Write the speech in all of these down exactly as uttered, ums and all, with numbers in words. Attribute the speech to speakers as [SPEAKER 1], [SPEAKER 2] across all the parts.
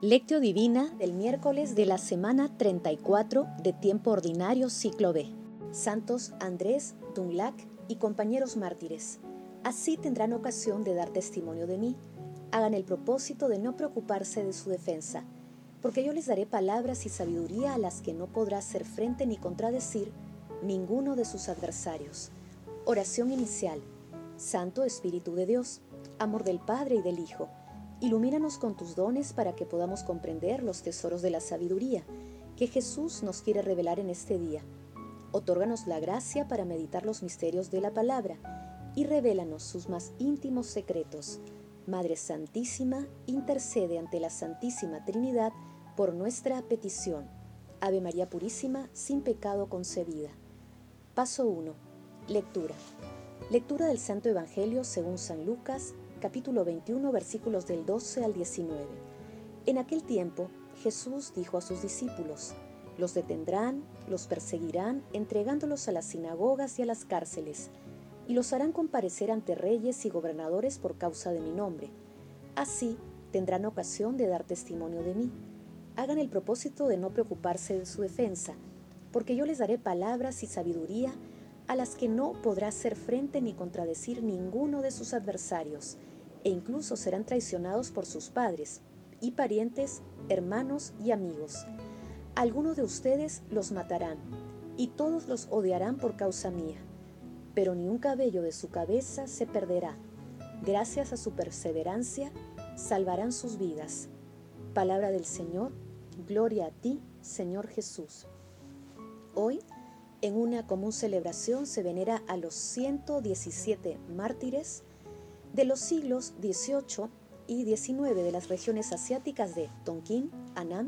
[SPEAKER 1] Lectio Divina del miércoles de la semana treinta y cuatro de Tiempo Ordinario Ciclo B. Santos Andrés, Dunlac y compañeros mártires. Así tendrán ocasión de dar testimonio de mí. Hagan el propósito de no preocuparse de su defensa, porque yo les daré palabras y sabiduría a las que no podrá hacer frente ni contradecir ninguno de sus adversarios. Oración inicial. Santo Espíritu de Dios, amor del Padre y del Hijo, ilumínanos con tus dones para que podamos comprender los tesoros de la sabiduría que Jesús nos quiere revelar en este día. Otórganos la gracia para meditar los misterios de la palabra y revélanos sus más íntimos secretos. Madre Santísima, intercede ante la Santísima Trinidad por nuestra petición. Ave María Purísima, sin pecado concebida. Paso uno. Lectura. Lectura del Santo Evangelio según San Lucas, capítulo veintiuno, versículos del doce al diecinueve. En aquel tiempo, Jesús dijo a sus discípulos: los detendrán, los perseguirán, entregándolos a las sinagogas y a las cárceles, y los harán comparecer ante reyes y gobernadores por causa de mi nombre. Así tendrán ocasión de dar testimonio de mí. Hagan el propósito de no preocuparse de su defensa, porque yo les daré palabras y sabiduría a las que no podrá hacer frente ni contradecir ninguno de sus adversarios, e incluso serán traicionados por sus padres, y parientes, hermanos y amigos. Algunos de ustedes los matarán, y todos los odiarán por causa mía, pero ni un cabello de su cabeza se perderá. Gracias a su perseverancia, salvarán sus vidas. Palabra del Señor, gloria a ti, Señor Jesús. Hoy, en una común celebración, se venera a los ciento diecisiete mártires de los siglos dieciocho y diecinueve de las regiones asiáticas de Tonkin, Annam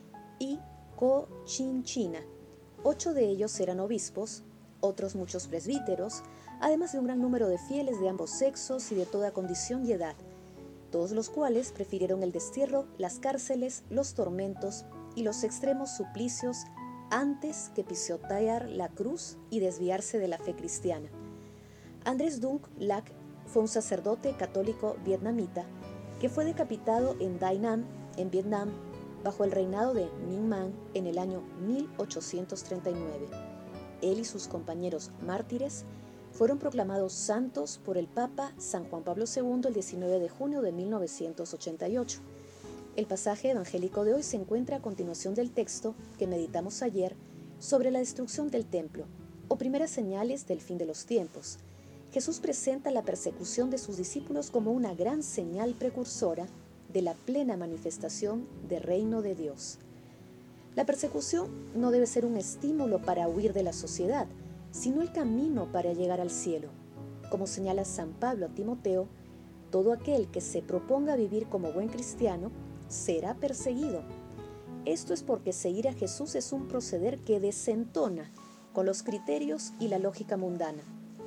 [SPEAKER 1] y Cochinchina. Ocho de ellos eran obispos, otros muchos presbíteros, además de un gran número de fieles de ambos sexos y de toda condición y edad, todos los cuales prefirieron el destierro, las cárceles, los tormentos y los extremos suplicios antes que pisotear la cruz y desviarse de la fe cristiana. Andrés Dung Lac fue un sacerdote católico vietnamita que fue decapitado en Dai Nam, en Vietnam, bajo el reinado de Minh Mang en el año mil ochocientos treinta y nueve. Él y sus compañeros mártires fueron proclamados santos por el Papa San Juan Pablo segundo el diecinueve de junio de mil novecientos ochenta y ocho. El pasaje evangélico de hoy se encuentra a continuación del texto que meditamos ayer sobre la destrucción del templo, o primeras señales del fin de los tiempos. Jesús presenta la persecución de sus discípulos como una gran señal precursora de la plena manifestación del reino de Dios. La persecución no debe ser un estímulo para huir de la sociedad, sino el camino para llegar al cielo. Como señala San Pablo a Timoteo, todo aquel que se proponga vivir como buen cristiano será perseguido. Esto es porque seguir a Jesús es un proceder que desentona con los criterios y la lógica mundana.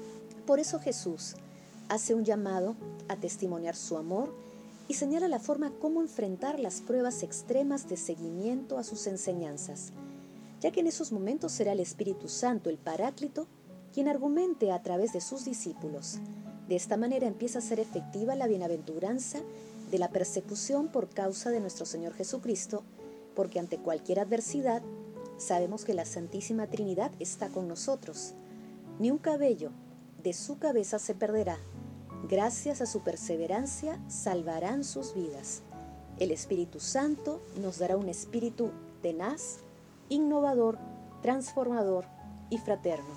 [SPEAKER 1] Por eso Jesús hace un llamado a testimoniar su amor y señala la forma cómo enfrentar las pruebas extremas de seguimiento a sus enseñanzas, ya que en esos momentos será el Espíritu Santo, el Paráclito, quien argumente a través de sus discípulos. De esta manera empieza a ser efectiva la bienaventuranza de la persecución por causa de nuestro Señor Jesucristo, porque ante cualquier adversidad sabemos que la Santísima Trinidad está con nosotros. Ni un cabello de su cabeza se perderá. Gracias a su perseverancia salvarán sus vidas. El Espíritu Santo nos dará un espíritu tenaz, innovador, transformador y fraterno.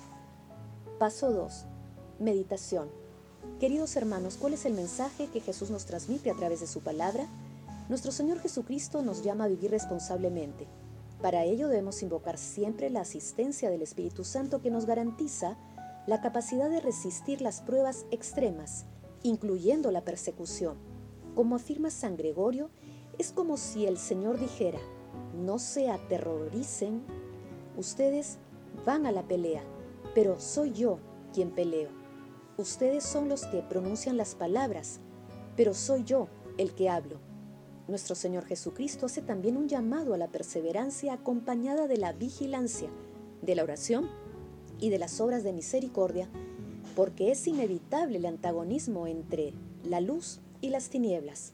[SPEAKER 1] Paso dos. Meditación. Queridos hermanos, ¿cuál es el mensaje que Jesús nos transmite a través de su palabra? Nuestro Señor Jesucristo nos llama a vivir responsablemente. Para ello debemos invocar siempre la asistencia del Espíritu Santo que nos garantiza la capacidad de resistir las pruebas extremas, incluyendo la persecución. Como afirma San Gregorio, es como si el Señor dijera: no se aterroricen, ustedes van a la pelea, pero soy yo quien peleo. Ustedes son los que pronuncian las palabras, pero soy yo el que hablo. Nuestro Señor Jesucristo hace también un llamado a la perseverancia acompañada de la vigilancia, de la oración y de las obras de misericordia, porque es inevitable el antagonismo entre la luz y las tinieblas.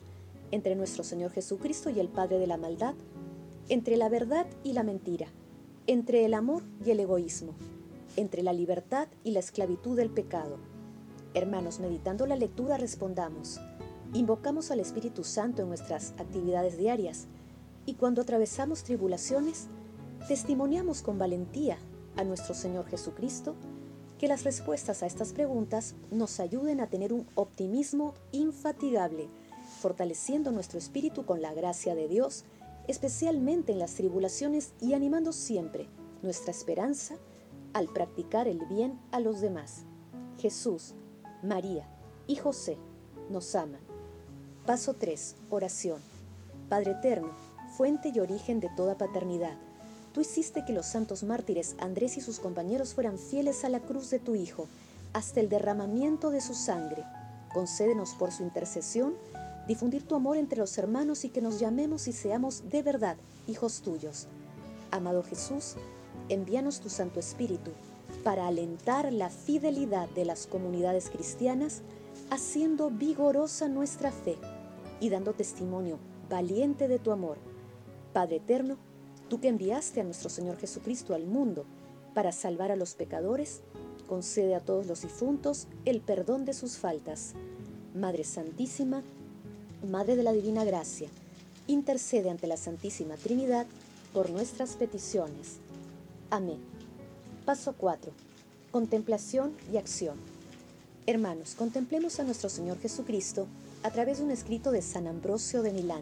[SPEAKER 1] entre nuestro Señor Jesucristo y el Padre de la maldad, entre la verdad y la mentira, entre el amor y el egoísmo, entre la libertad y la esclavitud del pecado. Hermanos, meditando la lectura respondamos, invocamos al Espíritu Santo en nuestras actividades diarias y cuando atravesamos tribulaciones, testimoniamos con valentía a nuestro Señor Jesucristo. Que las respuestas a estas preguntas nos ayuden a tener un optimismo infatigable, fortaleciendo nuestro espíritu con la gracia de Dios, especialmente en las tribulaciones y animando siempre nuestra esperanza al practicar el bien a los demás. Jesús, María y José nos aman. Paso tres. Oración. Padre eterno, fuente y origen de toda paternidad, tú hiciste que los santos mártires Andrés y sus compañeros fueran fieles a la cruz de tu Hijo, hasta el derramamiento de su sangre. Concédenos por su intercesión difundir tu amor entre los hermanos y que nos llamemos y seamos de verdad hijos tuyos. Amado Jesús, envíanos tu Santo Espíritu para alentar la fidelidad de las comunidades cristianas, haciendo vigorosa nuestra fe y dando testimonio valiente de tu amor. Padre eterno, tú que enviaste a nuestro Señor Jesucristo al mundo para salvar a los pecadores, concede a todos los difuntos el perdón de sus faltas. Madre Santísima, Madre de la Divina Gracia, intercede ante la Santísima Trinidad por nuestras peticiones. Amén. Paso cuatro. Contemplación y acción. Hermanos, contemplemos a nuestro Señor Jesucristo a través de un escrito de San Ambrosio de Milán.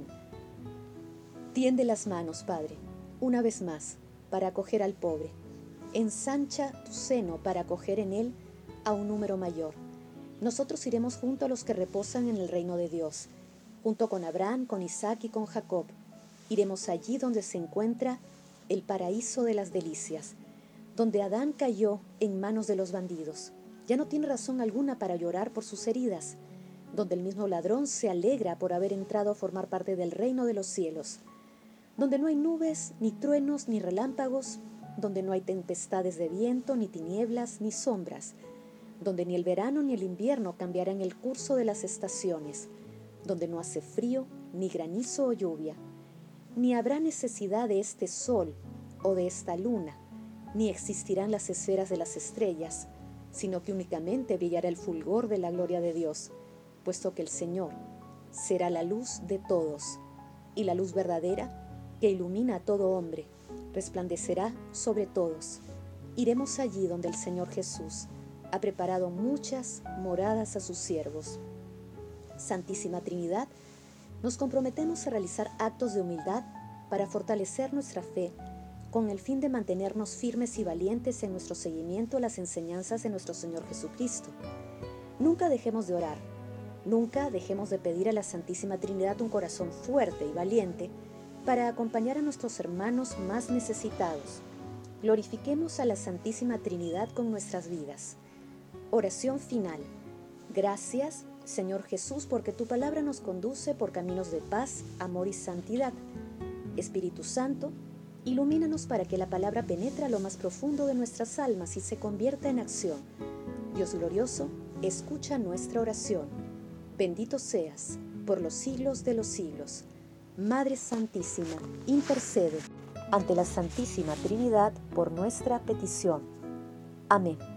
[SPEAKER 1] Tiende las manos, Padre, una vez más, para acoger al pobre. Ensancha tu seno para acoger en él a un número mayor. Nosotros iremos junto a los que reposan en el reino de Dios, junto con Abraham, con Isaac y con Jacob. Iremos allí donde se encuentra el paraíso de las delicias, donde Adán cayó en manos de los bandidos. Ya no tiene razón alguna para llorar por sus heridas, donde el mismo ladrón se alegra por haber entrado a formar parte del reino de los cielos, donde no hay nubes, ni truenos, ni relámpagos, donde no hay tempestades de viento, ni tinieblas, ni sombras, donde ni el verano ni el invierno cambiarán el curso de las estaciones, donde no hace frío, ni granizo o lluvia, ni habrá necesidad de este sol o de esta luna, ni existirán las esferas de las estrellas, sino que únicamente brillará el fulgor de la gloria de Dios, puesto que el Señor será la luz de todos, y la luz verdadera que ilumina a todo hombre, resplandecerá sobre todos. Iremos allí donde el Señor Jesús ha preparado muchas moradas a sus siervos. Santísima Trinidad, nos comprometemos a realizar actos de humildad para fortalecer nuestra fe, con el fin de mantenernos firmes y valientes en nuestro seguimiento a las enseñanzas de nuestro Señor Jesucristo. Nunca dejemos de orar, nunca dejemos de pedir a la Santísima Trinidad un corazón fuerte y valiente para acompañar a nuestros hermanos más necesitados. Glorifiquemos a la Santísima Trinidad con nuestras vidas. Oración final. Gracias, Señor Jesús, porque tu palabra nos conduce por caminos de paz, amor y santidad. Espíritu Santo, ilumínanos para que la palabra penetre a lo más profundo de nuestras almas y se convierta en acción. Dios glorioso, escucha nuestra oración. Bendito seas por los siglos de los siglos. Madre Santísima, intercede ante la Santísima Trinidad por nuestra petición. Amén.